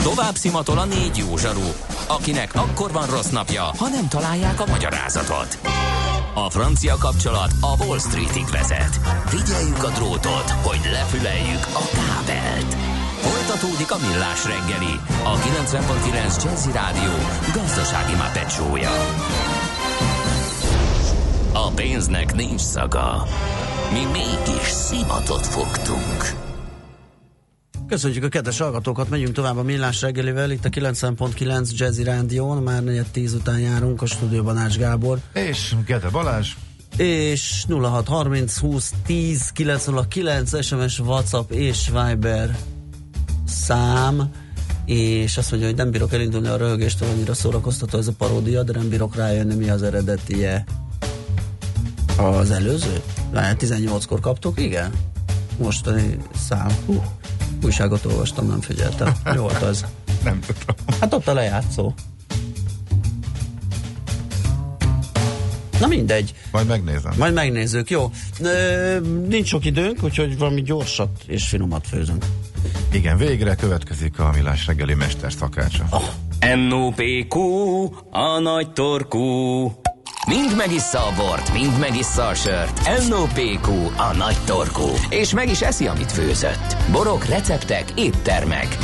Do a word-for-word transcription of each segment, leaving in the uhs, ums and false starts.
Tovább szimatol a négy jó zsaru, akinek akkor van rossz napja, ha nem találják a magyarázatot. A francia kapcsolat a Wall Streetig vezet. Figyeljük a drótot, hogy lefüleljük a kábelt. Folytatódik a Millás reggeli, a kilencven pont kilenc Jazzy Rádió gazdasági mápecsója. A pénznek nincs szaga. Mi mégis szimatot fogtunk. Köszönjük a kedves hallgatókat, megyünk tovább a Millás reggelivel, itt a kilencven pont kilenc Jazzy Rádión, már negyed tíz után járunk, a stúdióban Ács Gábor. És Gede Balázs. És nulla hat harminc húsz tíz kilenc nulla kilenc es em es, WhatsApp és Viber szám, és azt mondja, hogy nem bírok elindulni a röhögéstől, annyira szórakoztató ez a paródia, de nem bírok rájönni, mi az eredetie. Az előző? Lehet tizennyolckor kaptok, igen? Mostani szám. Hú, újságot olvastam, nem figyeltem. Mi volt az? Nem tudom. Hát ott a lejátszó. Na mindegy. Majd megnézem. Majd megnézzük, jó. Ö, nincs sok időnk, úgyhogy valami gyorsat és finomat főzünk. Igen, végre következik a Millás reggeli mesterszakácsa. Oh. en o pé kú, a nagy torkú. Mind megissza a bort, mind megissza a sört. en o pé kú, a nagy torkú. És meg is eszi, amit főzött. Borok, receptek, éttermek.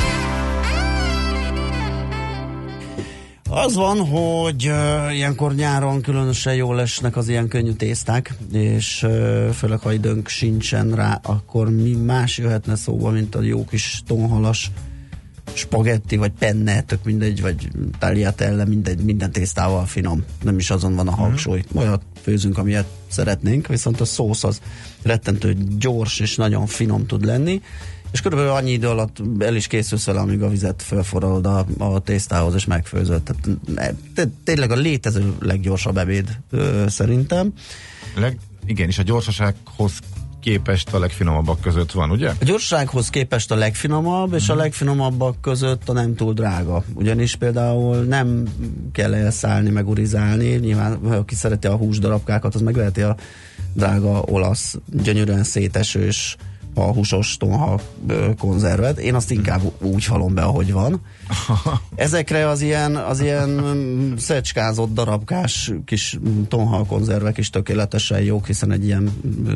Az van, hogy uh, ilyenkor nyáron különösen jól esnek az ilyen könnyű tészták, és uh, főleg ha időnk sincsen rá, akkor mi más jöhetne szóba, mint a jó kis tonhalas spagetti, vagy penne, tök mindegy, vagy tagliatelle, mindegy, minden tésztával finom. Nem is azon van a hangsúly. Mm. Olyat főzünk, amilyet szeretnénk, viszont a szósz az rettentő gyors és nagyon finom tud lenni, és körülbelül annyi idő alatt el is készülsz vele, amíg a vizet felforralod a, a tésztához, és megfőzöd. Tehát, tényleg a létező leggyorsabb ebéd ö, szerintem. Leg, igen, és a gyorsasághoz képest a legfinomabbak között van, ugye? A gyorsasághoz képest a legfinomabb, és a legfinomabbak között a nem túl drága. Ugyanis például nem kell elszállni, meg urizálni. Nyilván, ha aki szereti a húsdarabkákat, az megveheti a drága olasz, gyönyörűen szétesős, a húsos tonha konzervet. Én azt inkább úgy halom be, ahogy van. Ezekre az ilyen, az ilyen szecskázott darabkás kis tonha konzervek is tökéletesen jók, hiszen egy ilyen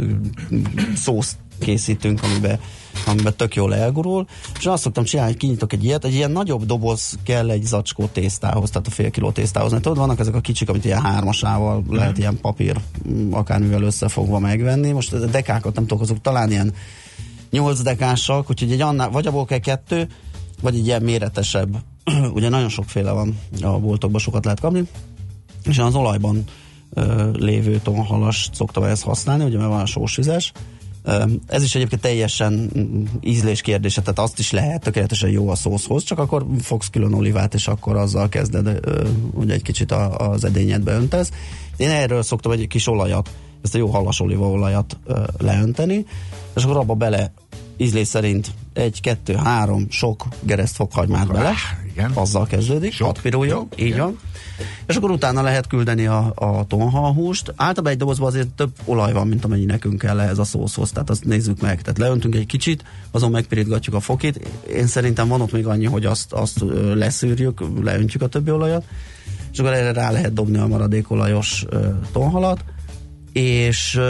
szószt készítünk, amiben, amiben tök jól elgurul, és azt szoktam csinálni, hogy kinyitok egy ilyet, egy ilyen nagyobb doboz kell egy zacskó tésztához, tehát a fél kiló tésztához, mert tudod, vannak ezek a kicsik, amit ilyen hármasával mm. lehet ilyen papír akármivel összefogva megvenni, most a dekákat nem tudok, azok talán ilyen nyolc dekásak, úgyhogy egy annál, vagy abból kell kettő, vagy egy ilyen méretesebb, ugye nagyon sokféle van a boltokban, sokat lehet kapni, és az olajban ö, lévő tonhalast szoktam ezt használni, ugye mert van a sósvizes. Ez is egyébként teljesen ízlés kérdése, tehát azt is lehet, tökéletesen jó a szószhoz, csak akkor fogsz külön olivát, és akkor azzal kezded, ugye egy kicsit az edényedbe öntesz. Én erről szoktam egy kis olajat, ezt a jó halas olívaolajat leönteni, és akkor abba bele ízlés szerint egy, kettő, három sok gereszt fokhagymát bele, igen. Azzal kezdődik, hat piruljon, így van. És akkor utána lehet küldeni a, a tonhalhúst. Általában egy dobozban azért több olaj van, mint amennyi nekünk kell ehhez a szószhoz, tehát azt nézzük meg. Tehát leöntünk egy kicsit, azon megpirítgatjuk a fokit. Én szerintem van ott még annyi, hogy azt, azt leszűrjük, leöntjük a többi olajat, és akkor erre rá lehet dobni a maradékolajos tonhalat, és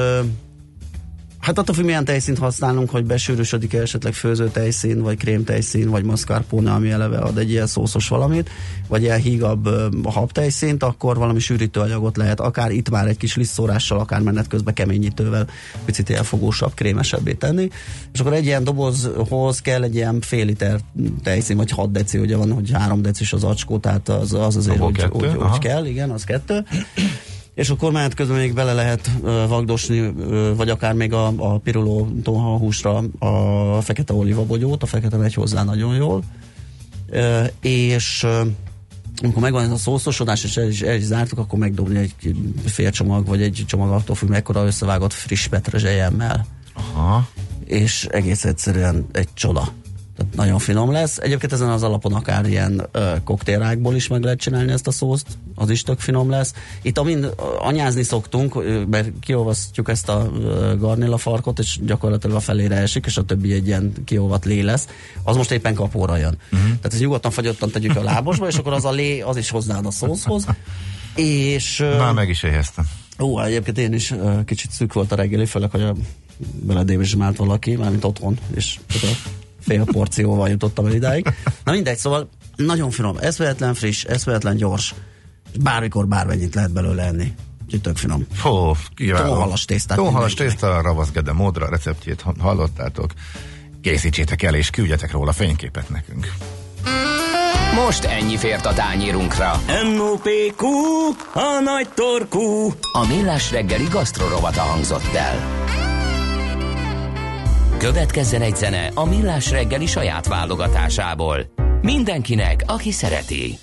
hát attól függ, milyen tejszínt használunk, hogy besűrűsödik esetleg főzőtejszín, vagy krémtejszín, vagy mascarpone, ami eleve ad egy ilyen szószos valamit, vagy ilyen hígabb a habtejszínt, akkor valami sűrítőanyagot lehet, akár itt már egy kis lisztszórással, akár menet közben keményítővel picit ilyen fogósabb, krémesebbé tenni. És akkor egy ilyen dobozhoz kell egy ilyen fél liter tejszín, vagy hat deci, ugye van, hogy három decis az acskó, tehát az, az azért úgy, úgy, úgy kell, igen, az kettő. És akkor menet közben még bele lehet uh, vagdosni, uh, vagy akár még a, a piruló tonhalhúsra a fekete olívabogyót, a fekete megy hozzá nagyon jól. Uh, és uh, amikor megvan ez a szószosodás, és el is, el is zártuk, akkor megdobni egy fél csomag, vagy egy csomag, attól függ, mekkora összevágott friss petrezselyemmel. Aha. És egész egyszerűen egy csoda. Tehát nagyon finom lesz. Egyébként ezen az alapon akár ilyen ö, koktélrákból is meg lehet csinálni ezt a szószt, az is tök finom lesz. Itt amint anyázni szoktunk, mert kiolvasztjuk ezt a garnélafarkot, és gyakorlatilag a felére esik, és a többi egy ilyen kiolvat lé lesz, az most éppen kapóra jön. Uh-huh. Tehát ez nyugodtan fagyottan tegyük a lábosba, és akkor az a lé, az is hozzáad a szószhoz. És... Már meg is éheztem. Ó, egyébként én is uh, kicsit szűk volt a reggeli, főleg, hogy a beledém is mált valaki, mármint otthon, és fél porcióval jutottam el idáig. Na mindegy, szóval nagyon finom, eszméletlen friss, eszméletlen gyors, bármikor bármennyit lehet belőle enni. Úgyhogy tök finom. Fó, kiváló. Tóhalas tésztát. Tóhalas tészta, ravaszgede módra, receptjét hallottátok. Készítsétek el és küldjetek róla fényképet nekünk. Most ennyi fért a tányérunkra. em o pé kú, a nagy torkú. A Millás reggeli gasztrorovata hangzott el. Következzen egy zene a Millás reggeli saját válogatásából. Mindenkinek, aki szereti.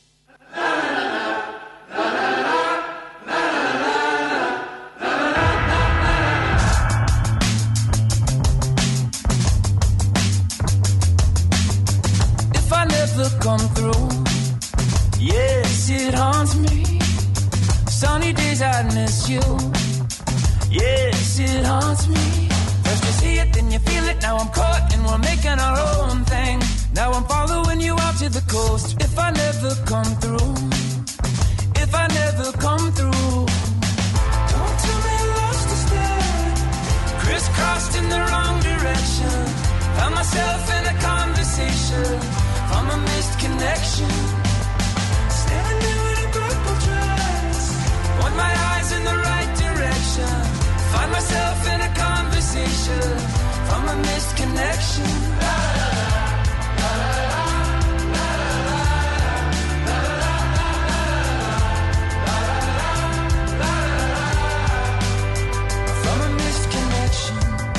If I never come through, yes, it haunts me. Sunny days I miss you. Yes, it haunts me. First you see it, then you feel it. Now I'm caught and we're making our own thing. Now I'm following you out to the coast. If I never come through, if I never come through, don't tell me I lost a step. Crisscrossed in the wrong direction. Found myself in a conversation from a missed connection. Standing there in a purple dress. Want my eyes in the right direction. Find myself in a conversation from a missed connection. La, la, la, la, la, la, la, la, la, from a missed connection.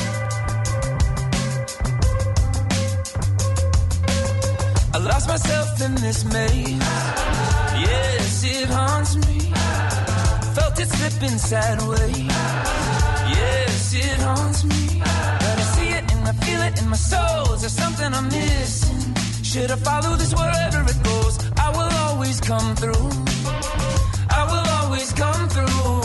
I lost myself in this maze. Yes, it haunts me. Felt it slipping sideways. Yes, it haunts me. But I see it and I feel it in my soul. Is there something I'm missing? Should I follow this wherever it goes? I will always come through. I will always come through.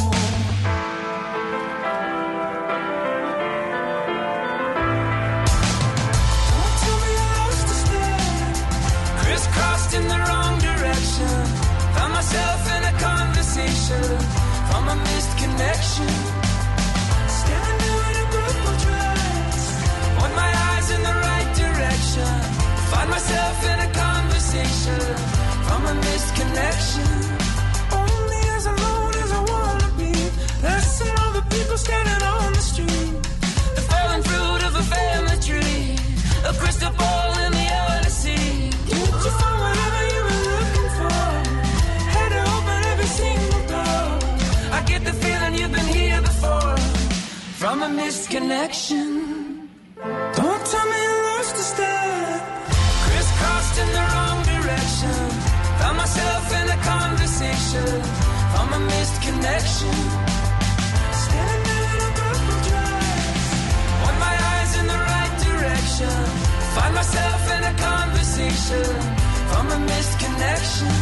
Don't tell me I lost a step. Crisscrossed in the wrong direction. Found myself in a conversation from a missed connection. Standing there in a purple dress. Want my eyes in the right direction. Find myself in a conversation from a missed connection. Only as alone as I wanna be. Less than all the people standing on the street. The fallen fruit of a family tree. A crystal ball in the outer sea. Did you find whatever you were looking for? Had to open every single door. I get the feeling you've been here before. From a missed connection. Don't tell me I lost a step. Crisscrossed in the wrong direction. Found myself in a conversation from a missed connection. Standing there in a purple dress. Want my eyes in the right direction. Find myself in a conversation from a missed connection.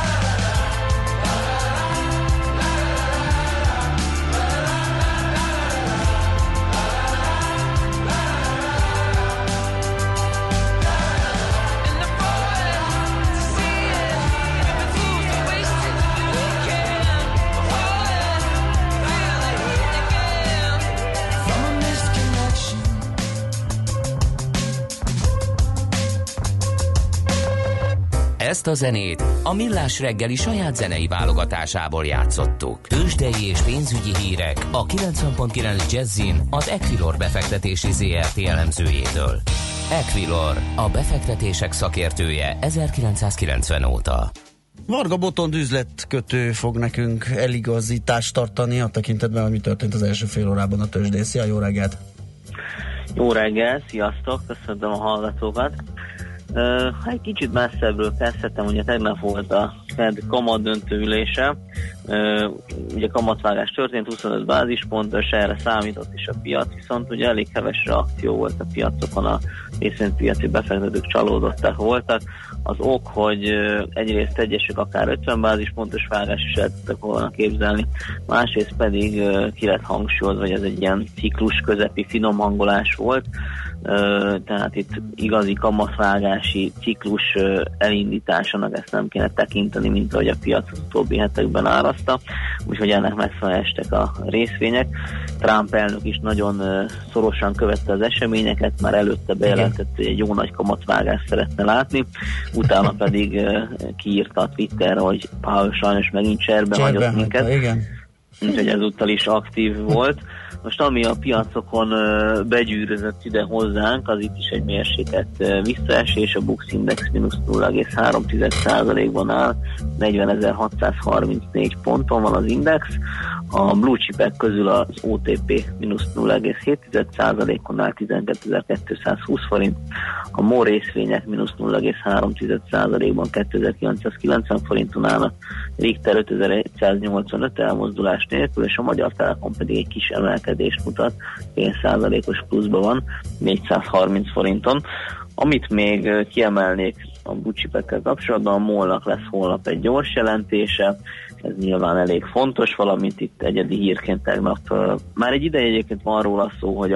Ezt a zenét a Millás reggeli saját zenei válogatásából játszottuk. Tőzsdei és pénzügyi hírek a kilencven pont kilenc Jazzin az Equilor befektetési zé er té elemzőjétől. Equilor, a befektetések szakértője ezerkilencszázkilencven óta. Varga Botond üzletkötő fog nekünk eligazítást tartani a tekintetben, ami történt az első fél órában a tőzsdén. Szia, jó reggelt! Jó reggel, sziasztok, köszöntöm a hallgatókat. Uh, egy kicsit messzebbről kezdhetem, ugye tegnap volt a Fed kamat döntő ülése. Uh, ugye kamatvágás történt, huszonöt bázispontos, erre számított is a piac, viszont ugye elég heves reakció volt a piacokon, a részvénypiaci befektetők csalódottak voltak. Az ok, hogy uh, egyrészt egyesek akár ötven bázispontos vágás is el tudtak volna képzelni, másrészt pedig uh, ki lett hangsúlyozva, hogy ez egy ilyen ciklus közepi finom hangolás volt, uh, tehát itt igazi kamatvágási ciklus uh, elindításának ezt nem kéne tekinteni, mint ahogy a piac az utóbbi hetekben árazta, úgyhogy ennek megfelelően estek a részvények. Trump elnök is nagyon uh, szorosan követte az eseményeket, már előtte bejelentett, hogy egy jó nagy kamatvágást szeretne látni, utána pedig uh, kiírta a Twitterre, hogy Powell sajnos megint cserbe hagyott minket. Igen. Úgyhogy ezúttal is aktív volt. Most ami a piacokon uh, begyűrözött ide hozzánk, az itt is egy mérsékelt uh, visszaesés, a Bux Index mínusz nulla egész három százalékban áll, negyvenezer-hatszázharmincnégy ponton van az index, a blue chipek közül az o té pé mínusz nulla egész hét százalékon áll tizenkétezer-kétszázhúsz forint, a MOL részvények mínusz nulla egész három százalékban kétezer-kilencszázkilencven forinton állnak, Richter ötezer-száznyolcvanöt elmozdulás nélkül, és a Magyar Telekom pedig egy kis emelkedést mutat, fél százalékos pluszban van, négyszázharminc forinton. Amit még kiemelnék a blue chipekkel kapcsolatban, a MOL-nak lesz holnap egy gyors jelentése, ez nyilván elég fontos, valamint itt egyedi hírként tegnap. Már egy ideje egyébként van róla szó, hogy a,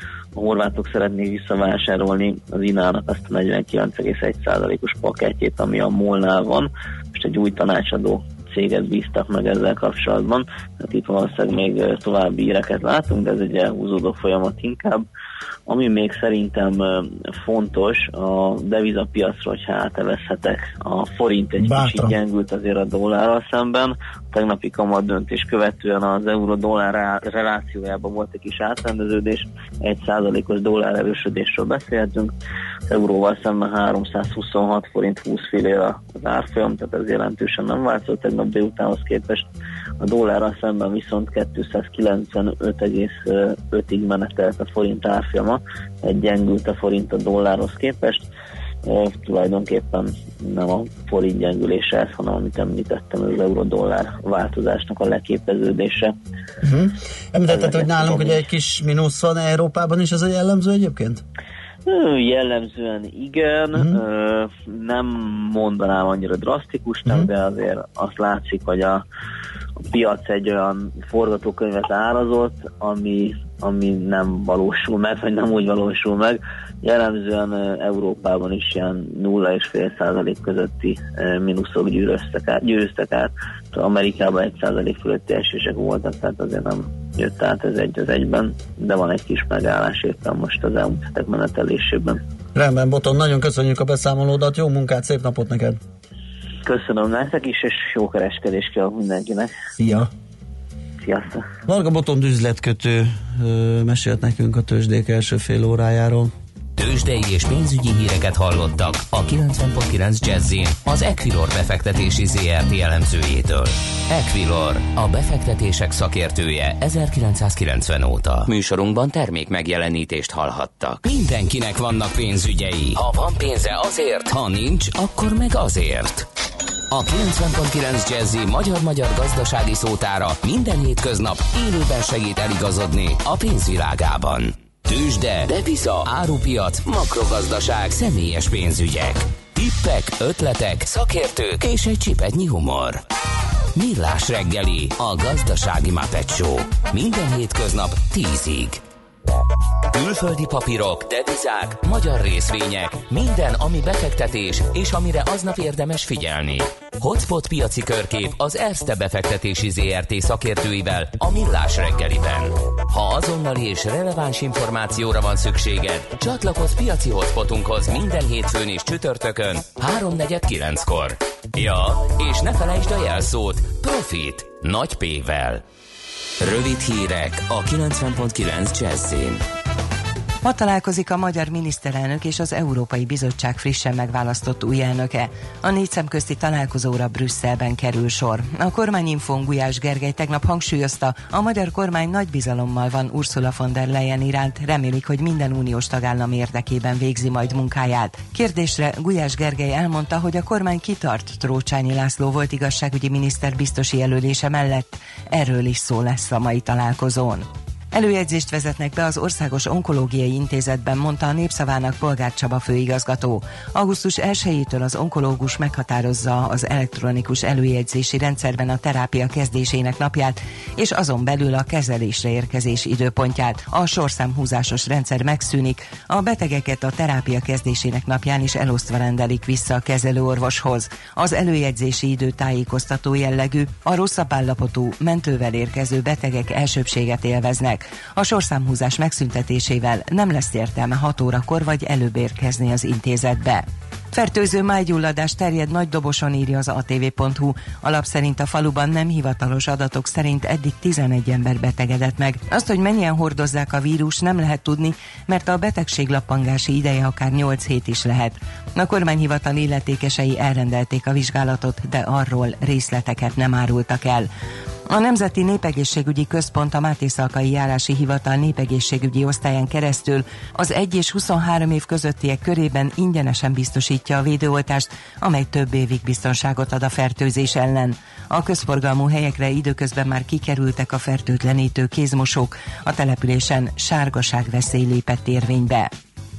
a horvátok szeretnék visszavásárolni az inának azt a negyvenkilenc egész egy százalékos paketjét, ami a MOL-nál van. Most egy új tanácsadó céget bíztak meg ezzel kapcsolatban, hát itt valószínűleg még további híreket látunk, de ez egy elhúzódó folyamat inkább. Ami még szerintem fontos, a devizapiacról, hogyha átevezhetek, a forint egy Bátran. kicsit gyengült azért a dollárral szemben. A tegnapi kamat döntés követően az euró-dollár relációjában volt egy kis átrendeződés, egy százalékos dollár erősödésről beszélhetünk, az euróval szemben háromszázhuszonhat forint húsz fillér az árfolyam, tehát ez jelentősen nem változott tegnap délutánhoz képest. A dollárral szemben viszont kétszázkilencvenöt egész ötig menetelt a forint árfolyama, egy gyengült a forint a dollárhoz képest. E, tulajdonképpen nem a forint gyengülése ez, hanem amit említettem, az euró-dollár változásnak a leképeződése. Uh-huh. Említetted, hogy nálunk ugye egy kis mínusz van Európában is, ez a jellemző egyébként? Jellemzően igen, uh-huh. Nem mondanám annyira drasztikusnak, uh-huh. de azért azt látszik, hogy a, a piac egy olyan forgatókönyvet árazott, ami, ami nem valósul meg, vagy nem úgy valósul meg. Jellemzően Európában is ilyen nulla egész öt százalék közötti mínuszok gyűröztek át, gyűröztek át. Amerikában egy százalék fölötti esések voltak, tehát azért nem jött át ez egy az egyben, de van egy kis megállás éppen most az elmúlt hetek menetelésében. Rendben, Boton, nagyon köszönjük a beszámolódat, jó munkát, szép napot neked! Köszönöm nektek is, és jó kereskedést kívánok mindenkinek! Szia! Sziasztok! Varga Botond üzletkötő ö, mesélt nekünk a tőzsdék első fél órájáról. Tőzsdei és pénzügyi híreket hallottak a kilencven pont kilenc Jazzin az Equilor befektetési zé er té elemzőjétől. Equilor, a befektetések szakértője ezerkilencszázkilencven óta. Műsorunkban termék megjelenítést hallhattak. Mindenkinek vannak pénzügyei. Ha van pénze azért, ha nincs, akkor meg azért. A kilencven pont kilenc Jazzy magyar-magyar gazdasági szótára minden hétköznap élőben segít eligazodni a pénzvilágában. Tőzsde, deviza, árupiac, makrogazdaság, személyes pénzügyek. Tippek, ötletek, szakértők és egy csipetnyi humor. Millás reggeli, a gazdasági Muppet Show. Minden hétköznap tízig. Külföldi papírok, devizák, magyar részvények, minden, ami befektetés, és amire aznap érdemes figyelni. Hotspot piaci körkép az Erste befektetési zé er té szakértőivel a Millás reggeliben. Ha azonnali és releváns információra van szükséged, csatlakozz piaci hotspotunkhoz minden hétfőn és csütörtökön háromnegyed kilenckor. Ja, és ne felejtsd a jelszót Profit nagy P-vel. Rövid hírek a kilencven pont kilenc Jazzin. Ma találkozik a magyar miniszterelnök és az Európai Bizottság frissen megválasztott új elnöke. A négy szemközti találkozóra Brüsszelben kerül sor. A kormányinfón Gulyás Gergely tegnap hangsúlyozta, a magyar kormány nagy bizalommal van Ursula von der Leyen iránt, remélik, hogy minden uniós tagállam érdekében végzi majd munkáját. Kérdésre Gulyás Gergely elmondta, hogy a kormány kitart Trócsányi László volt igazságügyi miniszter biztosi jelölése mellett. Erről is szó lesz a mai találkozón. Előjegyzést vezetnek be az Országos Onkológiai Intézetben, mondta a Népszavának Polgár Csaba főigazgató. augusztus elsejétől az onkológus meghatározza az elektronikus előjegyzési rendszerben a terápia kezdésének napját, és azon belül a kezelésre érkezés időpontját. A sorszámhúzásos rendszer megszűnik, a betegeket a terápia kezdésének napján is elosztva rendelik vissza a kezelőorvoshoz. Az előjegyzési idő tájékoztató jellegű, a rosszabb állapotú, mentővel érkező betegek elsőbbséget élveznek. A sorszámhúzás megszüntetésével nem lesz értelme hat órakor vagy előbb érkezni az intézetbe. Fertőző májgyulladás terjed Nagydoboson, írja az á té vé pont hú. A lap szerint a faluban nem hivatalos adatok szerint eddig tizenegy ember betegedett meg. Azt, hogy mennyien hordozzák a vírus, nem lehet tudni, mert a betegség lappangási ideje akár nyolc hét is lehet. A kormányhivatal illetékesei elrendelték a vizsgálatot, de arról részleteket nem árultak el. A Nemzeti Népegészségügyi Központ a Mátészalkai Járási Hivatal népegészségügyi osztályán keresztül az egy és huszonhárom év közöttiek körében ingyenesen biztosítja a védőoltást, amely több évig biztonságot ad a fertőzés ellen. A közforgalmú helyekre időközben már kikerültek a fertőtlenítő kézmosók, a településen sárgaságveszély lépett érvénybe.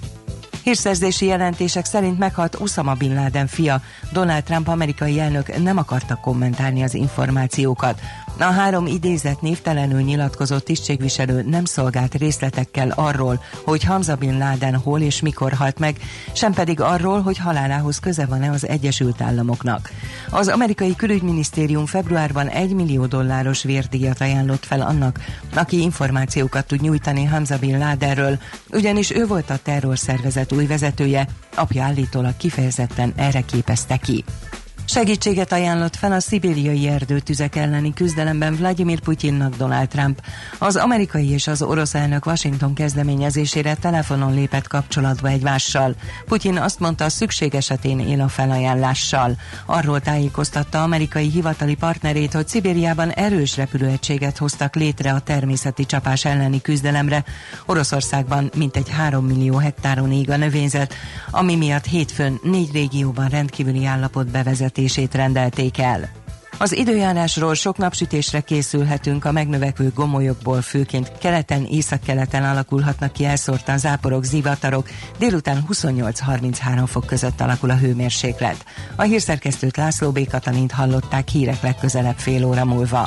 Hírszerzési jelentések szerint meghalt Uszama Bin Laden fia. Donald Trump amerikai elnök nem akarta kommentálni az információkat. A három idézett névtelenül nyilatkozó tisztségviselő nem szolgált részletekkel arról, hogy Hamza Bin Laden hol és mikor halt meg, sem pedig arról, hogy halálához köze van-e az Egyesült Államoknak. Az amerikai külügyminisztérium februárban egy millió dolláros vérdíjat ajánlott fel annak, aki információkat tud nyújtani Hamza Bin Ladenről, ugyanis ő volt a terrorszervezet új vezetője, apja állítólag kifejezetten erre képezte ki. Segítséget ajánlott fel a szibériai erdőtüzek elleni küzdelemben Vladimir Putyinnak Donald Trump. Az amerikai és az orosz elnök Washington kezdeményezésére telefonon lépett kapcsolatba egymással. Putyin azt mondta, szükség esetén él a felajánlással. Arról tájékoztatta amerikai hivatali partnerét, hogy Szibériában erős repülőegységet hoztak létre a természeti csapás elleni küzdelemre. Oroszországban mintegy három millió hektáron ég a növényzet, ami miatt hétfőn négy régióban rendkívüli állapot bevezetését rendelték el. Az időjárásról: sok napsütésre készülhetünk, a megnövekvő gomolyokból főként keleten, északkeleten alakulhatnak ki elszórtan záporok, zivatarok, délután huszonnyolc-harminchárom fok között alakul a hőmérséklet. A hírszerkesztőt, László B. Katalint hallották, hírek legközelebb fél óra múlva.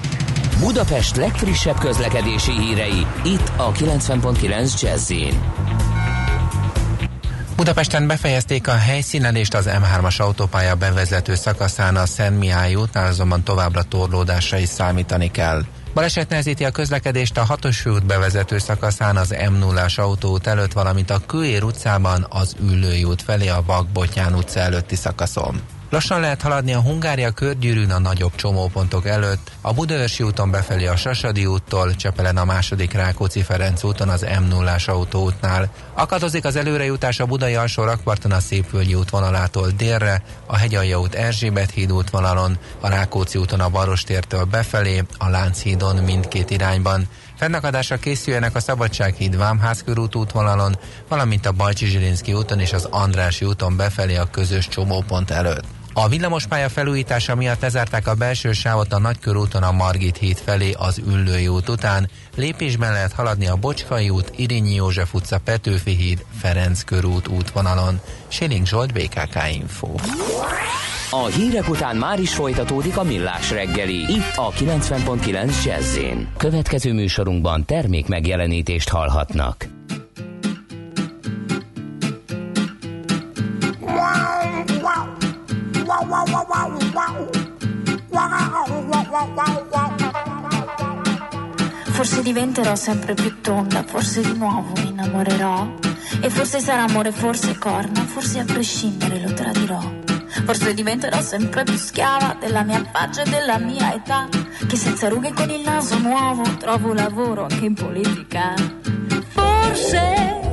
Budapest legfrissebb közlekedési hírei, itt a kilencven pont kilenc Jazz-in. Budapesten befejezték a helyszínelést az em hármas autópálya bevezető szakaszán, a Szent Mihály útnál azonban továbbra torlódásra is számítani kell. Baleset nehezíti a közlekedést a hatos főút bevezető szakaszán az em nullás autóút előtt, valamint a Kőér utcában az Üllői út felé a Vak-Bottyán utca előtti szakaszon. Lassan lehet haladni a Hungária körgyűrűn a nagyobb csomópontok előtt, a Budaörsi úton befelé a Sasadi úttól, Csepelen a második Rákóczi-Ferenc úton az em nullás autóútnál. Akadozik az előrejutás a Budai alsó rakparton a Szépvölgyi útvonalától délre, a Hegyalja út Erzsébet híd útvonalon, a Rákóczi úton a Barostértől befelé, a Lánchídon mindkét irányban. Fennakadásra készüljenek a Szabadsághíd Vámház körút útvonalon, valamint a Bajcsi-Zsilinszky úton és az Andrássy úton befelé a közös csomópont előtt. A villamospálya felújítása miatt lezárták a belső sávot a Nagykörúton a Margit híd felé az Üllői út után. Lépésben lehet haladni a Bocskai út, Irényi József utca, Petőfi híd, Ferenc körút útvonalon. Siling Zsolt, bé ká ká Info. A hírek után már is folytatódik a Millás reggeli, itt a kilencven pont kilenc Jazz-in. Következő műsorunkban termék megjelenítést hallhatnak. Forse diventerò sempre più tonda, forse di nuovo mi innamorerò, e forse sarà amore, forse corna, forse a prescindere lo tradirò. Forse diventerò sempre più schiava della mia faccia e della mia età, che senza rughe e con il naso nuovo trovo lavoro anche in politica. Forse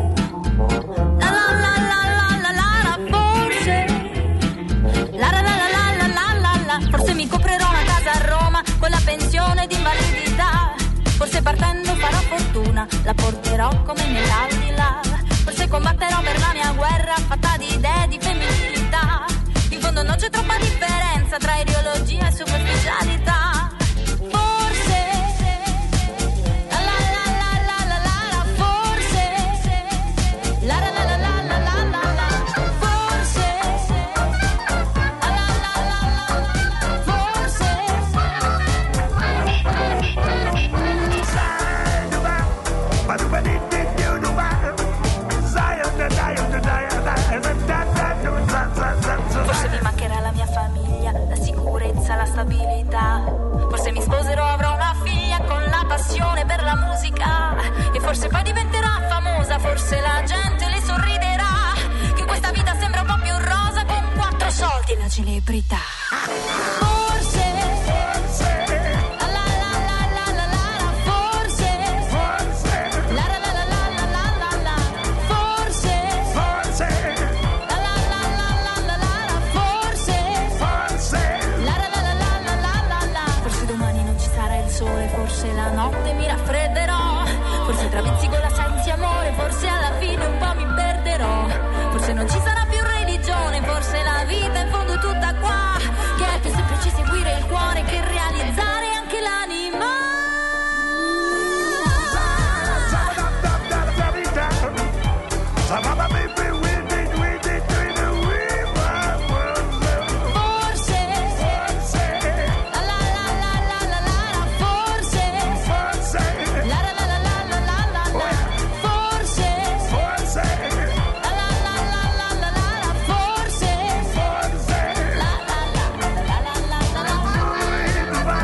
la porterò come nell'aldilà. Forse combatterò per la mia guerra fatta di idee di femminilità. In fondo non c'è troppa differenza tra ideologia e superficialità. Forse la la la la la la la, forse la la la la la la la la, forse la la la la la, forse. Forse mi mancherà la mia famiglia, la sicurezza, la stabilità. Forse mi sposerò, avrò una figlia con la passione per la musica. E forse poi diventerà famosa, forse la gente le sorriderà. Che questa vita sembra un po' più rosa con quattro soldi e la celebrità. Forse la la la la la la la, forse la la la la la la la la, forse la la la la la la la, forse la la la la la la la la. Forse domani non ci sarà il sole, forse la notte mi raffredderò. Forse tra pizzicola senza amore, forse alla fine un po' mi perderò. Forse non ci sarà più religione, forse la vita in fondo è tutta qua. Che è più semplice seguire il cuore che realizzare anche l'anima. Forse la la la la la la la, forse la la la la la la la la, forse la la la la la la la, forse la la la la la la la.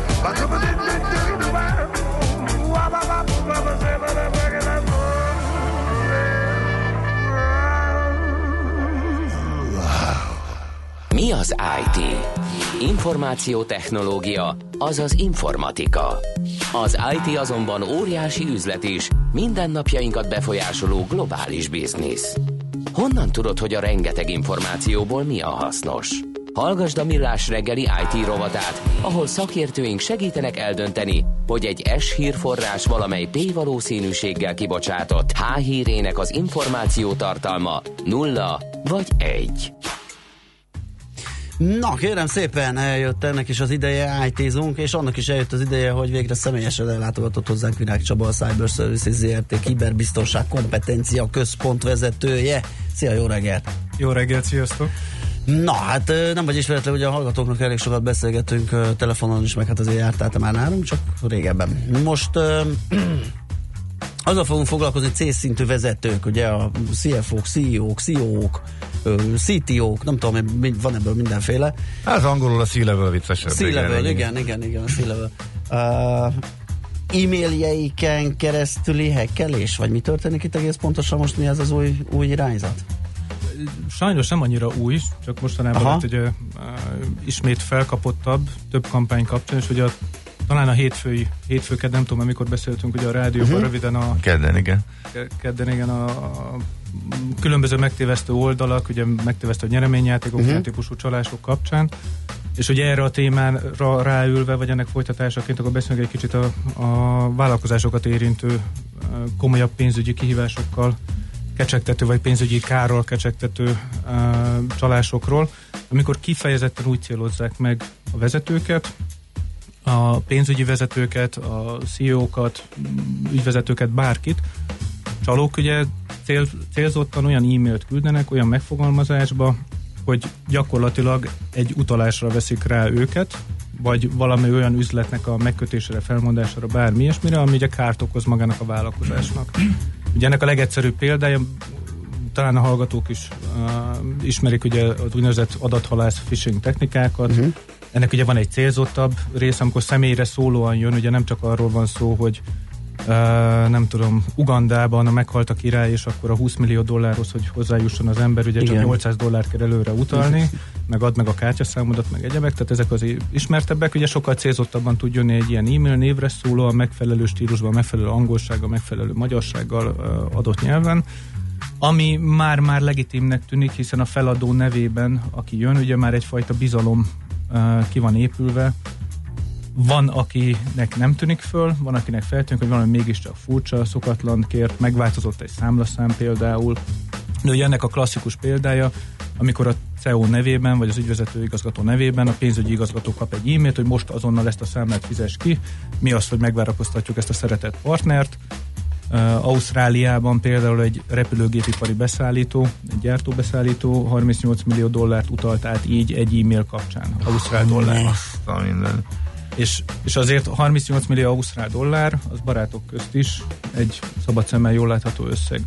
Mi az i té? Információtechnológia, azaz informatika. Az i té azonban óriási üzlet is, mindennapjainkat befolyásoló globális biznisz. Honnan tudod, hogy a rengeteg információból mi a hasznos? Hallgasd a Millás reggeli i té rovatát, ahol szakértőink segítenek eldönteni, hogy egy S-hírforrás valamely P-valószínűséggel kibocsátott H-hírének az információ tartalma nulla vagy egy. Na, kérem szépen, eljött ennek is az ideje, i té-zunk, és annak is eljött az ideje, hogy végre személyesen ellátogatott hozzánk Virág Csaba, a Cyber Services zé er té kiberbiztonság kompetencia központ vezetője. Szia, jó reggelt! Jó reggelt, sziasztok! Na, hát nem vagy ismeretlen, ugye a hallgatóknak elég sokat beszélgetünk telefonon is, meg hát azért jártál te már nálunk, csak régebben. Most azzal fogunk foglalkozni, célszintű vezetők, ugye a cé ef ó-k, cé í ó-k, cé í ó-k, cé té ó-k, nem tudom, van ebből mindenféle. Az angolul a C-level viccesebb. C-level, igen, igen, igen, a C-level. Uh, e-mailjeiken keresztüli hekkelés, vagy mi történik itt egész pontosan most, mi ez az új, új irányzat? Sajnos nem annyira új, csak mostanában lett ugye, uh, ismét felkapottabb több kampány kapcsán, és ugye a, talán a hétfői, hétfőket, nem tudom, amikor beszéltünk ugye a rádióban uh-huh. röviden a... Kedden, igen. Kedden, igen, a, a különböző megtévesztő oldalak, ugye megtévesztő nyereményjátékok, uh-huh. ilyen típusú csalások kapcsán, és ugye erre a témára ráülve, vagy ennek folytatásaként, akkor beszélünk egy kicsit a, a vállalkozásokat érintő komolyabb pénzügyi kihívásokkal kecsegtető, vagy pénzügyi kárral kecsegtető uh, csalásokról, amikor kifejezetten úgy célozzák meg a vezetőket, a pénzügyi vezetőket, a cé í ó-kat, ügyvezetőket, bárkit. Csalók ugye cél, célzottan olyan e-mailt küldenek, olyan megfogalmazásba, hogy gyakorlatilag egy utalásra veszik rá őket, vagy valami olyan üzletnek a megkötésére, felmondására, bármi ilyesmire, ami ugye kárt okoz magának a vállalkozásnak. Ugye ennek a legegyszerűbb példája, talán a hallgatók is uh, ismerik ugye az úgynevezett adathalász phishing technikákat. Uh-huh. Ennek ugye van egy célzottabb része, amikor személyre szólóan jön, ugye nem csak arról van szó, hogy uh, nem tudom, Ugandában meghalt a király, és akkor a húsz millió dollárhoz, hogy hozzájusson az ember, ugye igen. csak nyolcszáz dollárt kell előre utalni, uh-huh. meg add meg a kártyaszámodat, meg egyebek, tehát ezek az ismertebbek, ugye sokkal célzottabban tud jönni egy ilyen e-mail névre szóló, a megfelelő stílusban, megfelelő angolsággal, megfelelő magyarsággal uh, adott nyelven, ami már-már legitimnek tűnik, hiszen a feladó nevében, aki jön, ugye már egyfajta bizalom uh, ki van épülve, Van, akinek nem tűnik föl, van, akinek feltűnik, hogy valami mégiscsak furcsa, szokatlan kért, megváltozott egy számlaszám például. De ugye ennek a klasszikus példája, amikor a cé e o nevében, vagy az ügyvezető igazgató nevében a pénzügyi igazgató kap egy e-mailt, hogy most azonnal ezt a számlát fizess ki. Mi az, hogy megvárakoztatjuk ezt a szeretett partnert. Uh, Ausztráliában például egy repülőgépipari beszállító, egy gyártóbeszállító harmincnyolc millió dollárt utalt át így egy e-mail kapcsán, ausztrál dollár. És, és azért harmincnyolc millió ausztrál dollár, az barátok közt is egy szabad szemmel jól látható összeg.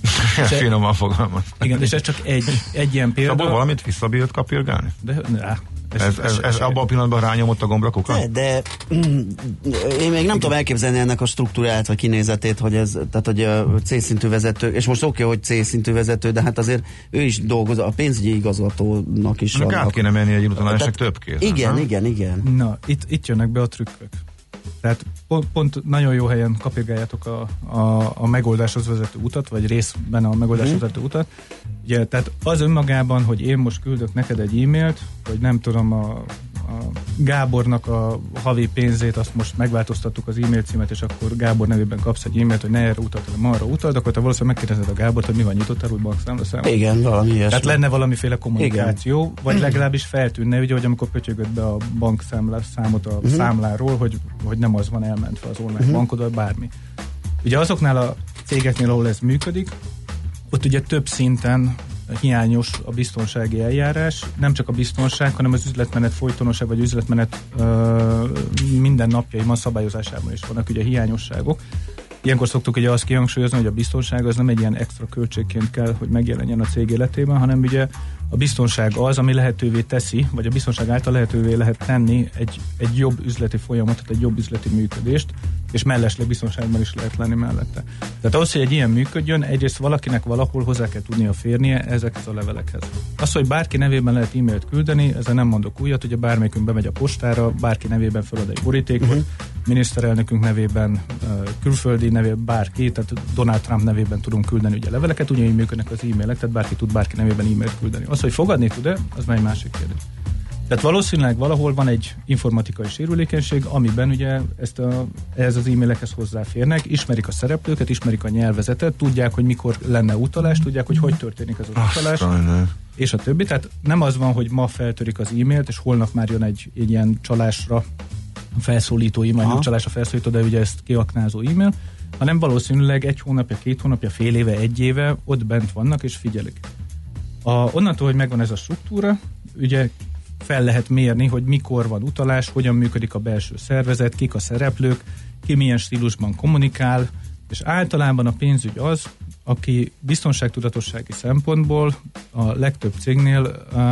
Finoman fogalmaz. Igen, és ez csak egy, egy ilyen példa. Abból valamit visszabírt kapirgálni? De, ne, Ez, ez, ez, ez abban a pillanatban rányomott a gombra kuka? De, de mm, én még nem tudom elképzelni ennek a struktúráját vagy kinézetét, hogy ez, tehát hogy a C-szintű vezető, és most oké, okay, hogy C-szintű vezető, de hát azért ő is dolgozik, a pénzügyi igazgatónak is van. Át kéne menni egy utalásnak több kéz. Igen, ha? igen, igen. Na, itt, itt jönnek be a trükkök. Tehát pont, pont nagyon jó helyen kapirgáljátok a, a, a megoldáshoz vezető utat, vagy részben a megoldáshoz vezető utat. Ugye, tehát az önmagában, hogy én most küldök neked egy e-mailt, hogy nem tudom, a, a Gábornak a havi pénzét, azt most megváltoztattuk az e-mail címet, és akkor Gábor nevében kapsz egy e-mailt, hogy ne erre utalt, hanem arra utalt, akkor te valószínűleg megkérdezed a Gábort, hogy mi van nyitott úgy bankszámla számot. Igen, valami ilyesmi. Tehát lenne valamiféle kommunikáció, igen. Vagy legalábbis feltűnne, ugye, hogy amikor pötyögött be a bankszámla számot a uh-huh. számláról, hogy, hogy nem az van elmentve az online uh-huh. bankod, vagy bármi. Ugye azoknál a cégeknél, ahol ez működik, ott ugye több szinten hiányos a biztonsági eljárás, nem csak a biztonság, hanem az üzletmenet folytonosság, vagy üzletmenet ö, minden napjaiban szabályozásában is vannak ugye hiányosságok. Ilyenkor szoktuk ugye azt kihangsúlyozni, hogy a biztonság az nem egy ilyen extra költségként kell, hogy megjelenjen a cég életében, hanem ugye a biztonság az, ami lehetővé teszi, vagy a biztonság által lehetővé lehet tenni egy, egy jobb üzleti folyamatot, egy jobb üzleti működést, és mellesleg biztonságban is lehet lenni mellette. Tehát ahhoz, hogy egy ilyen működjön, egyrészt valakinek valahol hozzá kell tudnia férnie ezekhez a levelekhez. Az, hogy bárki nevében lehet e-mailt küldeni, ezzel nem mondok újat, ugye bármelyikünk bemegy a postára, bárki nevében felad egy borítékot, uh-huh. miniszterelnökünk nevében, külföldi nevében bárki, tehát Donald Trump nevében tudunk küldeni ugye leveleket, ugyanígy működnek az e-mailek, tehát bárki tud bárki nevében e-mailt küldeni. Az, hogy fogadni tud-e, az már egy másik kérdés. Tehát valószínűleg valahol van egy informatikai sérülékenység, amiben ugye ezt a, ehhez az e-mailekhez hozzáférnek, ismerik a szereplőket, ismerik a nyelvezetet, tudják, hogy mikor lenne utalás, tudják, hogy hogy történik ez az utalás, Aztán, és a többi. Tehát nem az van, hogy ma feltörik az e-mailt, és holnap már jön egy, egy ilyen csalásra felszólító e-mail, nem csalásra felszólító, de ugye ezt kiaknázó e-mail, hanem valószínűleg egy hónapja, két hónapja, fél éve, egy éve ott bent vannak és figyelik. A, onnantól, hogy megvan ez a struktúra, ugye fel lehet mérni, hogy mikor van utalás, hogyan működik a belső szervezet, kik a szereplők, ki milyen stílusban kommunikál, és általában a pénzügy az, aki biztonságtudatossági szempontból a legtöbb cégnél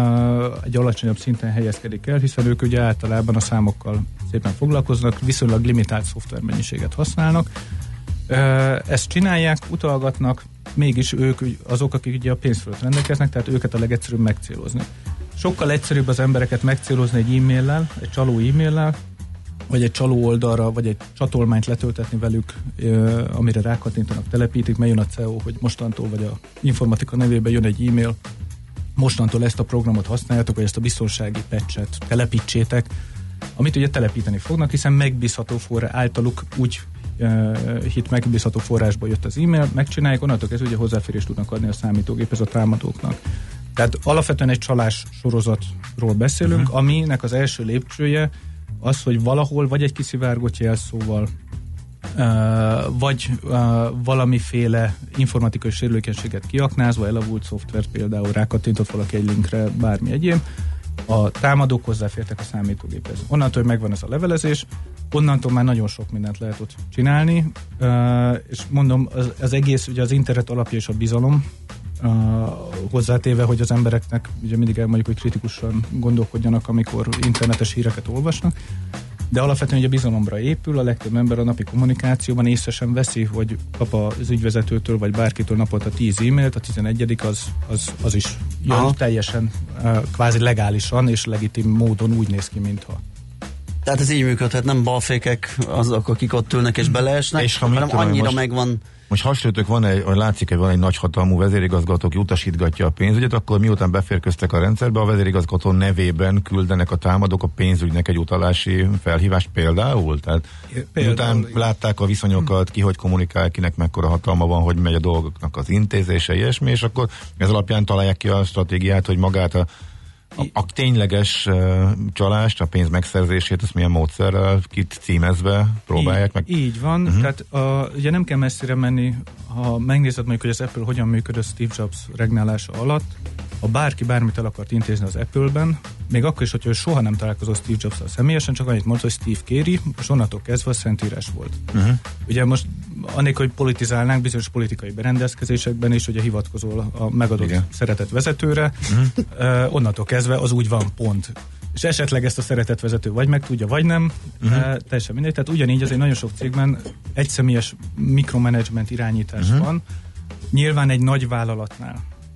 uh, egy alacsonyabb szinten helyezkedik el, hiszen ők ugye általában a számokkal szépen foglalkoznak, viszonylag limitált szoftvermennyiséget használnak. Uh, ezt csinálják, utalgatnak, mégis ők azok, akik ugye a pénz fölött rendelkeznek, tehát őket a legegyszerűbb megcélozni. Sokkal egyszerűbb az embereket megcélozni egy e-maillel, egy csaló e-maillel, vagy egy csaló oldalra, vagy egy csatolmányt letöltetni velük, amire rákattintanak, telepítik, mert jön a cé e o, hogy mostantól, vagy a informatika nevében jön egy e-mail, mostantól ezt a programot használjátok, vagy ezt a biztonsági patchet telepítsétek, amit ugye telepíteni fognak, hiszen megbízható forrás, általuk úgy uh, hit megbízható forrásból jött az e-mail, megcsinálják, onnantól kezdve ugye hozzáférést tudnak adni a számítógéphez a támadóknak. Tehát alapvetően egy csalás sorozatról beszélünk, uh-huh. aminek az első lépcsője az, hogy valahol vagy egy kiszivárgott jelszóval, uh, vagy uh, valamiféle informatikai sérülékenységet kiaknázva, elavult szoftvert például rákattintott valaki egy linkre, bármi egyéb, a támadók hozzáfértek a számítógéphez. Onnantól, hogy megvan ez a levelezés, onnantól már nagyon sok mindent lehet ott csinálni, uh, és mondom, az, az egész, ugye az internet alapja és a bizalom, Uh, hozzátéve, hogy az embereknek ugye mindig elmondjuk, hogy kritikusan gondolkodjanak, amikor internetes híreket olvasnak, de alapvetően ugye bizalomra épül, a legtöbb ember a napi kommunikációban észre sem veszi, hogy kap az ügyvezetőtől vagy bárkitől naponta tíz e-mailt, a tizenegyedik az, az, az is jön teljesen uh, kvázi legálisan és legitim módon úgy néz ki, mintha. Tehát ez így működhet, nem balfékek azok, akik ott ülnek és beleesnek, és hanem tudom, annyira most, megvan... Most hasonlítok, van egy, vagy látszik, hogy van egy nagyhatalmú vezérigazgató, aki utasítgatja a pénzügyet, akkor miután beférköztek a rendszerbe, a vezérigazgató nevében küldenek a támadók a pénzügynek egy utalási felhívást például? Tehát például, miután látták a viszonyokat, ki hogy kommunikál, kinek mekkora hatalma van, hogy megy a dolgoknak az intézése, ilyesmi, és akkor ez alapján találják ki a stratégiát, hogy magát a A, a tényleges uh, csalást, a pénz megszerzését, azt milyen módszerrel, kit címezve próbálják így, meg? Így van, uh-huh. Tehát a, ugye nem kell messzire menni, ha megnézed mondjuk, hogy az Apple hogyan működött Steve Jobs regnálása alatt, ha bárki bármit el akart intézni az Apple-ben, még akkor is, hogyha soha nem találkozott Steve Jobs-szal személyesen, csak annyit mondta, hogy Steve kéri, és onnantól kezdve a szentírás volt. Uh-huh. Ugye most annélkül, hogy politizálnánk bizonyos politikai berendezkedésekben is, ugye hivatkozol a megadott Igen. szeretett vezetőre, uh-huh. uh, onnantól kezdve az úgy van, pont. És esetleg ezt a szeretett vezető vagy megtudja, vagy nem, uh-huh. uh, teljesen mindegy. Tehát ugyanígy azért nagyon sok cégben egyszemélyes mikromanagement irányítás uh-huh. van. Nyilván egy nagy vállalatnál,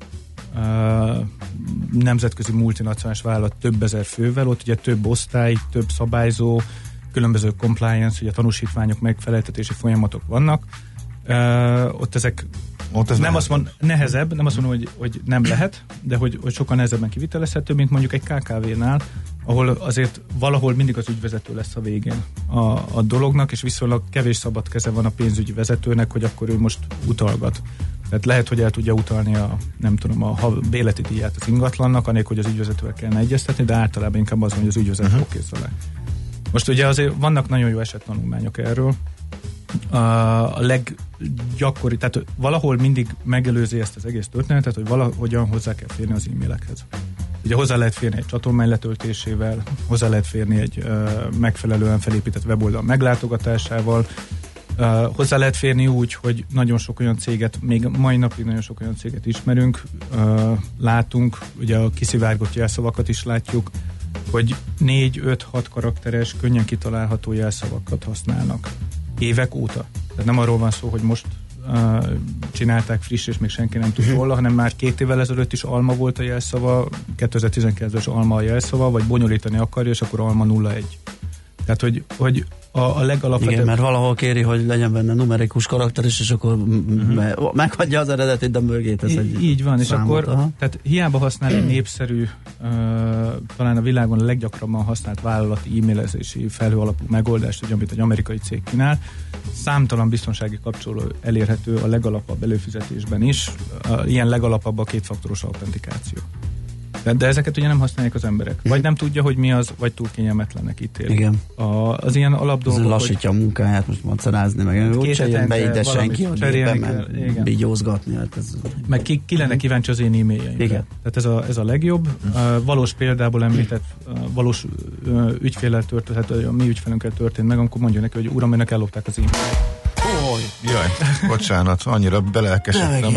Uh, nemzetközi multinacionális vállalat több ezer fővel, ott ugye több osztály, több szabályzó, különböző compliance, ugye tanúsítványok, megfeleltetési folyamatok vannak. Uh, ott ezek ott ez nem azt mond, nehezebb, nem azt mondom, hogy, hogy nem lehet, de hogy, hogy sokkal nehezebben kivitelezhető, mint mondjuk egy ká ká vé-nál, ahol azért valahol mindig az ügyvezető lesz a végén a, a dolognak, és viszonylag kevés szabad keze van a pénzügyi vezetőnek, hogy akkor ő most utalgat. Tehát lehet, hogy el tudja utalni a, nem tudom, a béleti díját az ingatlannak, anélkül, hogy az ügyvezetővel kellene egyeztetni, de általában inkább az, hogy az ügyvezető uh-huh. oké vele. Most ugye azért vannak nagyon jó esettanulmányok erről. A leggyakori, tehát valahol mindig megelőzi ezt az egész történetet, hogy valahogyan hozzá kell férni az e-mailekhez. Ugye hozzá lehet férni egy csatornány letöltésével, hozzá lehet férni egy uh, megfelelően felépített weboldal meglátogatásával, Uh, hozzá lehet férni úgy, hogy nagyon sok olyan céget, még mai napig nagyon sok olyan céget ismerünk, uh, látunk, ugye a kiszivárgott jelszavakat is látjuk, hogy négy, öt, hat karakteres, könnyen kitalálható jelszavakat használnak. Évek óta. Tehát nem arról van szó, hogy most uh, csinálták friss, és még senki nem tud róla, hanem már két évvel ezelőtt is Alma volt a jelszava, kétezer-tizenkilences Alma a jelszava, vagy bonyolítani akarja, és akkor Alma nulla egy. Tehát, hogy, hogy a, a legalapvetőbb... Igen, mert valahol kéri, hogy legyen benne numerikus karakter is, és akkor uh-huh. me- meghagyja az eredetit, de mögé tesz egy Így van, számot, és akkor aha. tehát hiába használ egy népszerű, uh, talán a világon a leggyakrabban használt vállalati e-mailezési felhő alapú megoldást, ugye, amit egy amerikai cég kínál, számtalan biztonsági kapcsoló elérhető a legalapabb előfizetésben is, uh, ilyen legalapabb a kétfaktoros autentikáció. De, de ezeket ugye nem használják az emberek. Vagy nem tudja, hogy mi az, vagy túl kényelmetlennek ítél. Igen. A, az ilyen alapdolgok, ez lassítja hogy... a munkáját, most macerázni, meg úgy se jön be ide senki, hogy éppen bigyózgatni. Hát ez... Meg ki, ki lenne kíváncsi az én e-mailjeimre. Igen. Tehát ez a, ez a legjobb. Uh, valós példából említett, uh, valós uh, ügyféllel történt, a mi ügyfelünkkel történt meg, amikor mondja neki, hogy uram, önök ellopták az e-mailt. Oh, jaj, bocsánat, annyira belelkesedtem.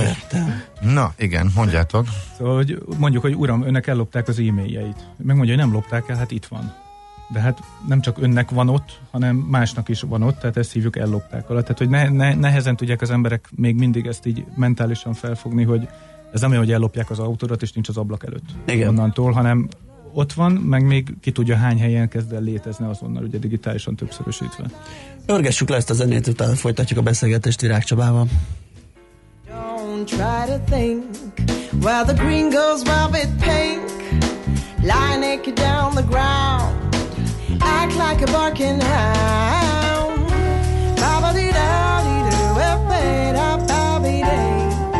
Na, igen, mondjátok. Szóval, hogy mondjuk, hogy uram, önnek ellopták az e-mailjeit. Megmondja, hogy nem lopták el, hát itt van. De hát nem csak önnek van ott, hanem másnak is van ott, tehát ezt hívjuk ellopták alatt. Tehát, hogy ne, ne, nehezen tudják az emberek még mindig ezt így mentálisan felfogni, hogy ez nem olyan, hogy ellopják az autódat, és nincs az ablak előtt. Igen. Onnantól, hanem ott van, meg még ki tudja hány helyen kezd el létezni azonnal, ugye digitálisan többszörösítve. Örgessük le ezt a zenét, utána folytatjuk a beszélgetést Virág Csabával. Don't try to think while the green goes velvet pink, lie naked down the ground, act like a barking hound. Ba-ba-dee-da-dee-doo, ba-ba-dee-da-ba-dee-day.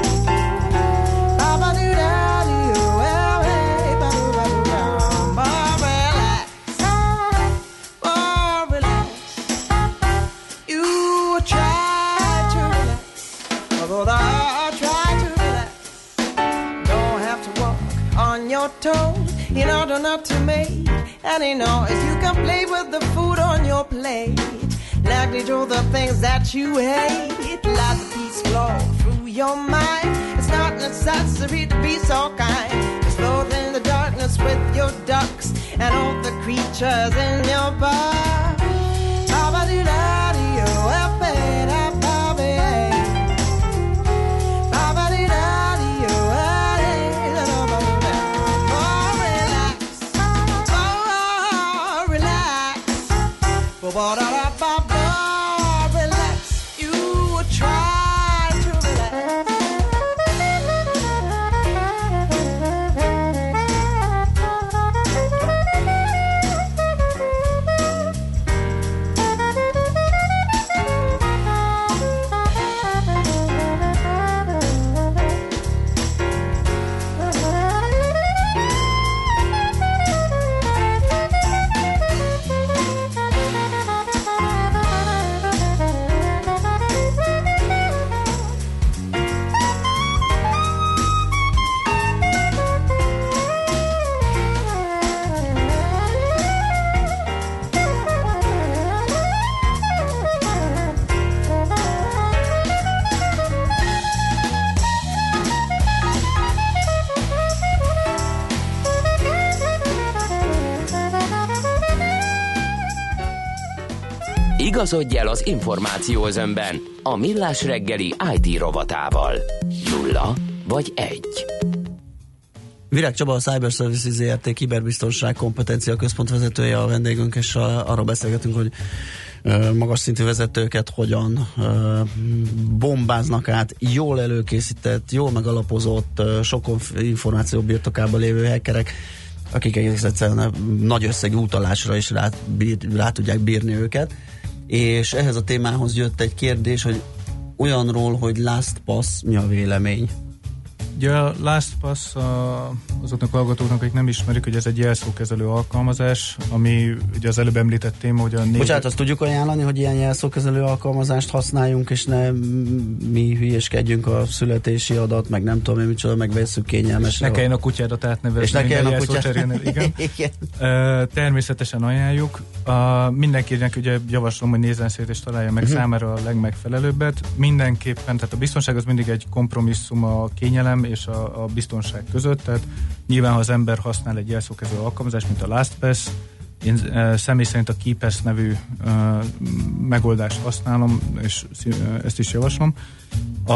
Toes in order not to make any noise. You can play with the food on your plate, neglect all the things that you hate. Let the peace flow through your mind. It's not necessary to be so kind. Just float in the darkness with your ducks and all the creatures in your bar. Relax, Ba-ba-da-da-ba-ba. Relax, you try to relax. Igazodj el az információ özönben a Millás reggeli i té rovatával. Nulla vagy egy. Virág Csaba, a Cyber Services zé er té kiberbiztonság kompetencia központ vezetője a vendégünk, és a, arról beszélgetünk, hogy ö, magas szintű vezetőket hogyan ö, bombáznak át jól előkészített, jól megalapozott, ö, sok információ birtokában lévő hackerek, akik egész egyszerűen nagy összegű utalásra is rá, bír, rá tudják bírni őket. És ehhez a témához jött egy kérdés, hogy olyanról, hogy LastPass, mi a vélemény? Ugye a LastPass a, azoknak a hallgatóknak, akik nem ismerik, hogy ez egy jelszókezelő alkalmazás, ami ugye az előbb említett téma, hogy a négy... Bocsánat, azt tudjuk ajánlani, hogy ilyen jelszókezelő alkalmazást használjunk, és ne mi hülyeskedjünk a születési adat, meg nem tudom én micsoda, meg vesszük kényelmesre. Ne kelljen a kutyádat átnevezni. És ne kelljen a kutyádat. Igen. Igen. Uh, természetesen ajánljuk. Uh, mindenkinek ugye javaslom, hogy nézzen szét és találja meg uh-huh. számára a legmegfelelőbbet. Mindenképpen, tehát a biztonság az mindig egy kompromisszum a kényelem és a, a biztonság között, tehát nyilván, ha az ember használ egy jelszókezelő alkalmazást, mint a LastPass, én e, személy szerint a KeePass nevű e, megoldást használom, és e, ezt is javaslom. A,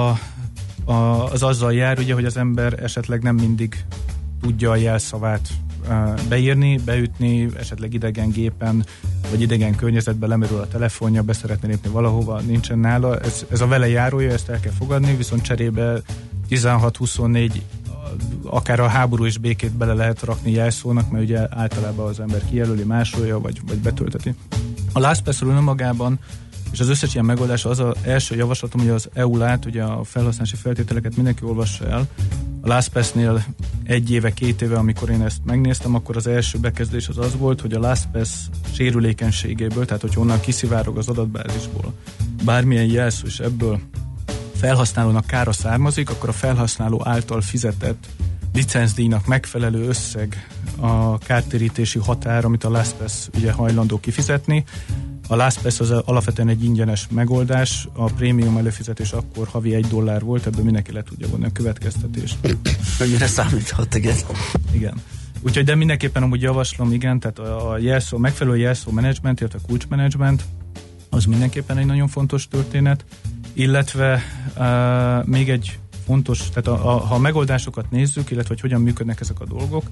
a, az azzal jár, ugye, hogy az ember esetleg nem mindig tudja a jelszavát e, beírni, beütni, esetleg idegen gépen, vagy idegen környezetben lemerül a telefonja, be szeretne lépni valahova, nincsen nála. Ez, ez a vele járója, ezt el kell fogadni, viszont cserébe tizenhat huszonnégy akár a háború és békét bele lehet rakni jelszónak, mert ugye általában az ember kijelöli, másolja, vagy, vagy betölteti. A LastPass-ről önmagában, és az összes ilyen megoldás az az első javaslatom, hogy az é u lát, ugye a felhasználási feltételeket mindenki olvassa el. A LastPass-nél egy éve, két éve, amikor én ezt megnéztem, akkor az első bekezdés az az volt, hogy a LastPass sérülékenységéből, tehát hogy onnan kiszivárog az adatbázisból bármilyen jelszó is ebből felhasználónak kára származik, akkor a felhasználó által fizetett licencdíjnak megfelelő összeg a kártérítési határ, amit a LastPass ugye hajlandó kifizetni. A LastPass az alapvetően egy ingyenes megoldás, a prémium előfizetés akkor havi egy dollár volt, ebből mindenki le tudja vonni a következtetést. Mennyire számíthat, igen. Igen. Úgyhogy de mindenképpen amúgy javaslom, igen, tehát a jelszó, megfelelő jelszó menedzsment, illetve kulcsmenedzsment, az mindenképpen egy nagyon fontos történet, illetve uh, még egy fontos, tehát a, a, ha a megoldásokat nézzük, illetve hogy hogyan működnek ezek a dolgok,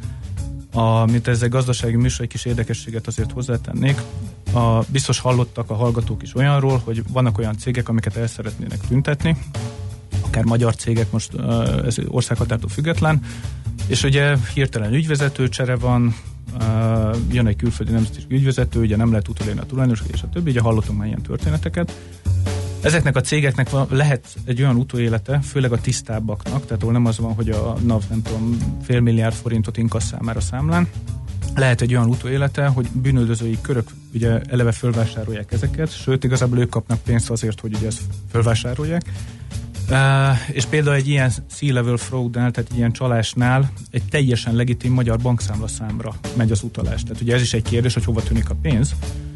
a, mint ez egy gazdasági műsor, egy kis érdekességet azért hozzátennék. A, biztos hallottak a hallgatók is olyanról, hogy vannak olyan cégek, amiket el szeretnének tüntetni, akár magyar cégek, most uh, ez országhatártól független, és ugye hirtelen ügyvezetőcsere van, uh, jön egy külföldi nemzeti ügyvezető, ugye nem lehet utolérni a tulajdonos, és a többi, ugye hallottunk már ilyen történeteket. Ezeknek a cégeknek van, lehet egy olyan utóélete, főleg a tisztábbaknak, tehát ahol nem az van, hogy a NAV nem tudom, fél milliárd forintot inkasszál már a számlán, lehet egy olyan utóélete, hogy bűnöldözői körök ugye eleve fölvásárolják ezeket, sőt igazából ők kapnak pénzt azért, hogy ugye ezt fölvásárolják. Uh, és például egy ilyen C-level fraudnál, tehát egy ilyen csalásnál egy teljesen legitim magyar bankszámlaszámra megy az utalás. Tehát ugye ez is egy kérdés, hogy hova tűnik a pénz.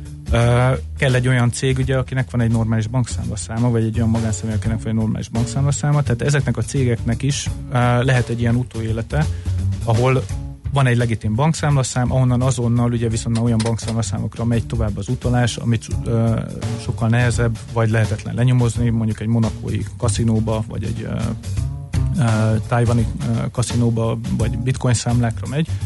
Uh, kell egy olyan cég, ugye, akinek van egy normális bankszámlaszáma, vagy egy olyan magánszemély, akinek van egy normális bankszámlaszáma, tehát ezeknek a cégeknek is uh, lehet egy ilyen utóélete, ahol van egy legitim bankszámlaszám, ahonnan azonnal ugye viszont olyan bankszámlaszámokra megy tovább az utalás, amit uh, sokkal nehezebb, vagy lehetetlen lenyomozni, mondjuk egy monakói kaszinóba, vagy egy uh, uh, tájvani uh, kaszinóba, vagy bitcoin számlákra megy.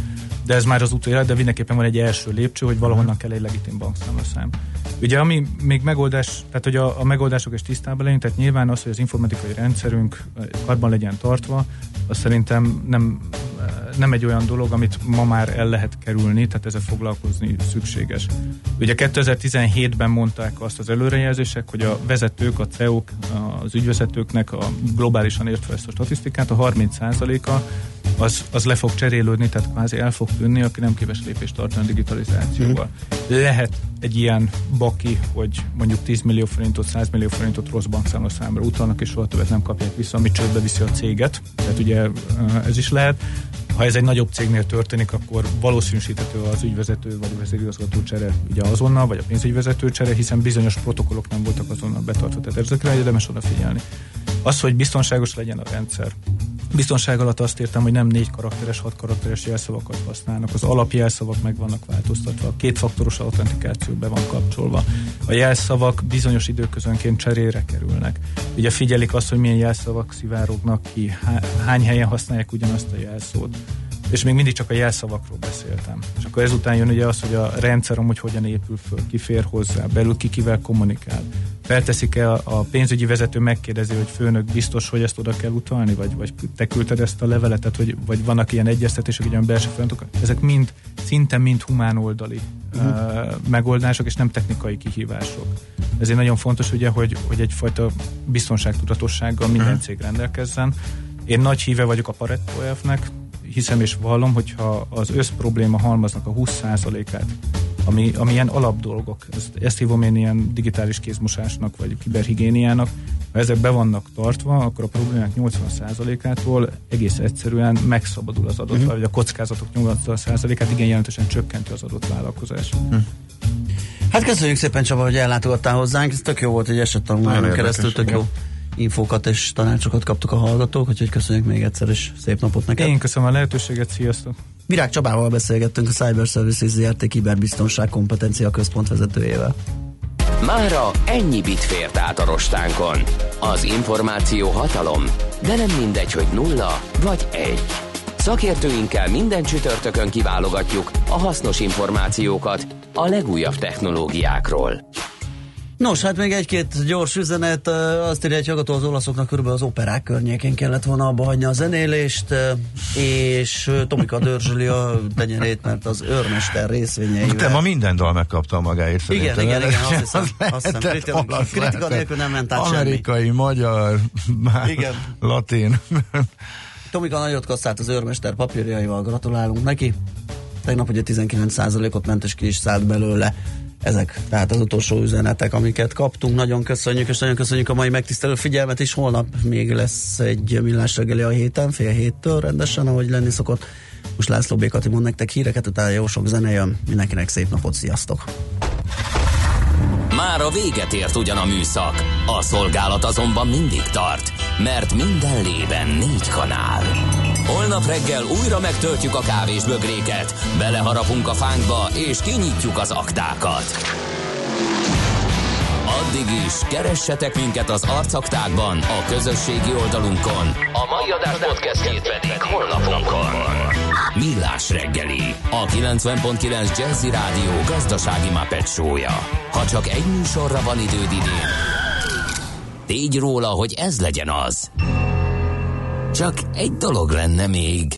de ez már az utóélet, de mindenképpen van egy első lépcső, hogy valahonnan kell egy legitim bankszámlaszám. Ugye ami még megoldás, tehát hogy a, a megoldások is tisztában legyünk, tehát nyilván az, hogy az informatikai rendszerünk karban legyen tartva, az szerintem nem, nem egy olyan dolog, amit ma már el lehet kerülni, tehát ezzel foglalkozni szükséges. Ugye kétezer-tizenhétben mondták azt az előrejelzések, hogy a vezetők, a cé e ó-k, az ügyvezetőknek a globálisan értve ezt a statisztikát, a harminc százaléka az, az le fog cserélődni, tehát kvázi el fog tűnni, aki nem képes lépést tartani a digitalizációval. Mm. Lehet egy ilyen baki, hogy mondjuk tíz millió forintot, száz millió forintot rossz bankszámlaszámra utalnak, és soha többet nem kapják vissza, ami csődbe viszi a céget. Tehát ugye ez is lehet. Ha ez egy nagyobb cégnél történik, akkor valószínűsíthető az ügyvezető vagy a vezérigazgató csere ugye azonnal, vagy a pénzügyvezető csere, hiszen bizonyos protokollok nem voltak azonnal betartva. Tehát ezekre érdemes odafigyelni. Az, hogy biztonságos legyen a rendszer. Biztonság alatt azt értem, hogy nem négy karakteres, hat karakteres jelszavakat használnak. Az alapjelszavak meg vannak változtatva. A kétfaktoros autentikáció be van kapcsolva. A jelszavak bizonyos időközönként cserére kerülnek. Ugye figyelik azt, hogy milyen jelszavak szivárognak ki, hány helyen használják ugyanazt a jelszót. És még mindig csak a jelszavakról beszéltem. És akkor ezután jön ugye az, hogy a rendszer amúgy hogyan épül föl, ki fér hozzá, belül ki kivel kommunikál. Felteszik-e a, a pénzügyi vezető, megkérdezi, hogy főnök, biztos, hogy ezt oda kell utalni, vagy, vagy te küldted ezt a leveletet, vagy, vagy vannak ilyen egyeztetések, ilyen belső folyamatok. Ezek mind, szinte mind humán oldali uh-huh. uh, megoldások, és nem technikai kihívások. Ezért nagyon fontos ugye, hogy, hogy egyfajta biztonságtudatossággal minden uh-huh. cég rendelkezzen. Én nagy híve vagyok a Pareto elvnek, hiszem és vallom, hogyha az összprobléma halmaznak a húsz százalékát, ami, ami ilyen alapdolgok, ezt, ezt hívom én ilyen digitális kézmosásnak, vagy kiberhigiéniának, ha ezek be vannak tartva, akkor a problémák nyolcvan százalékától egész egyszerűen megszabadul az adott, uh-huh. vagy a kockázatok nyolcvan százalékát igen jelentősen csökkenti az adott vállalkozás. Uh-huh. Hát köszönjük szépen, Csaba, hogy ellátogattál hozzánk, ez tök jó volt, hogy esettanulmányon keresztül tök jó infókat és tanácsokat kaptuk a hallgatók, úgyhogy köszönjük még egyszer, és szép napot neked. Én köszönöm a lehetőséget, sziasztok! Virág Csabával beszélgettünk, a Cyber Services zé er té kiberbiztonság kompetencia központ vezetőjével. Mára ennyi bit fért át a rostánkon. Az információ hatalom, de nem mindegy, hogy nulla vagy egy. Szakértőinkkel minden csütörtökön kiválogatjuk a hasznos információkat a legújabb technológiákról. Nos, hát még egy-két gyors üzenet. Azt írja egy hallgató, az olaszoknak körülbelül az operák környékén kellett volna abba hagyni a zenélést, és Tomika dörzsöli a tenyerét, mert az őrmester részvényeivel. Te ma minden dal megkapta magáért szerintem. Igen, igen, igen, azt hiszem. Azt hiszem. Kritika, kritika nélkül nem ment át semmi. Amerikai, magyar, igen. Latin. Tomika nagyot kasszált az őrmester papírjaival, gratulálunk neki. Tegnap ugye tizenkilenc százalékot ment, és ki is szállt belőle. Ezek tehát az utolsó üzenetek, amiket kaptunk. Nagyon köszönjük, és nagyon köszönjük a mai megtisztelő figyelmet, és holnap még lesz egy millás reggeli a héten, fél héttől rendesen, ahogy lenni szokott. Most László B. Kati mond nektek híreket, utána jó sok zene jön. Mindenkinek szép napot, sziasztok! Már a véget ért ugyan a műszak, a szolgálat azonban mindig tart, mert minden lében négy kanál. Holnap reggel újra megtöltjük a kávésbögréket, beleharapunk a fánkba és kinyitjuk az aktákat. Addig is keressetek minket az arcaktákban, a közösségi oldalunkon, a mai adás podcastjét pedig honlapunkon. Millás reggeli, a kilencven pont kilenc Jazzy Rádió gazdasági Muppet show-ja. Ha csak egy műsorra van időd idén, tégy róla, hogy ez legyen az. Csak egy dolog lenne még.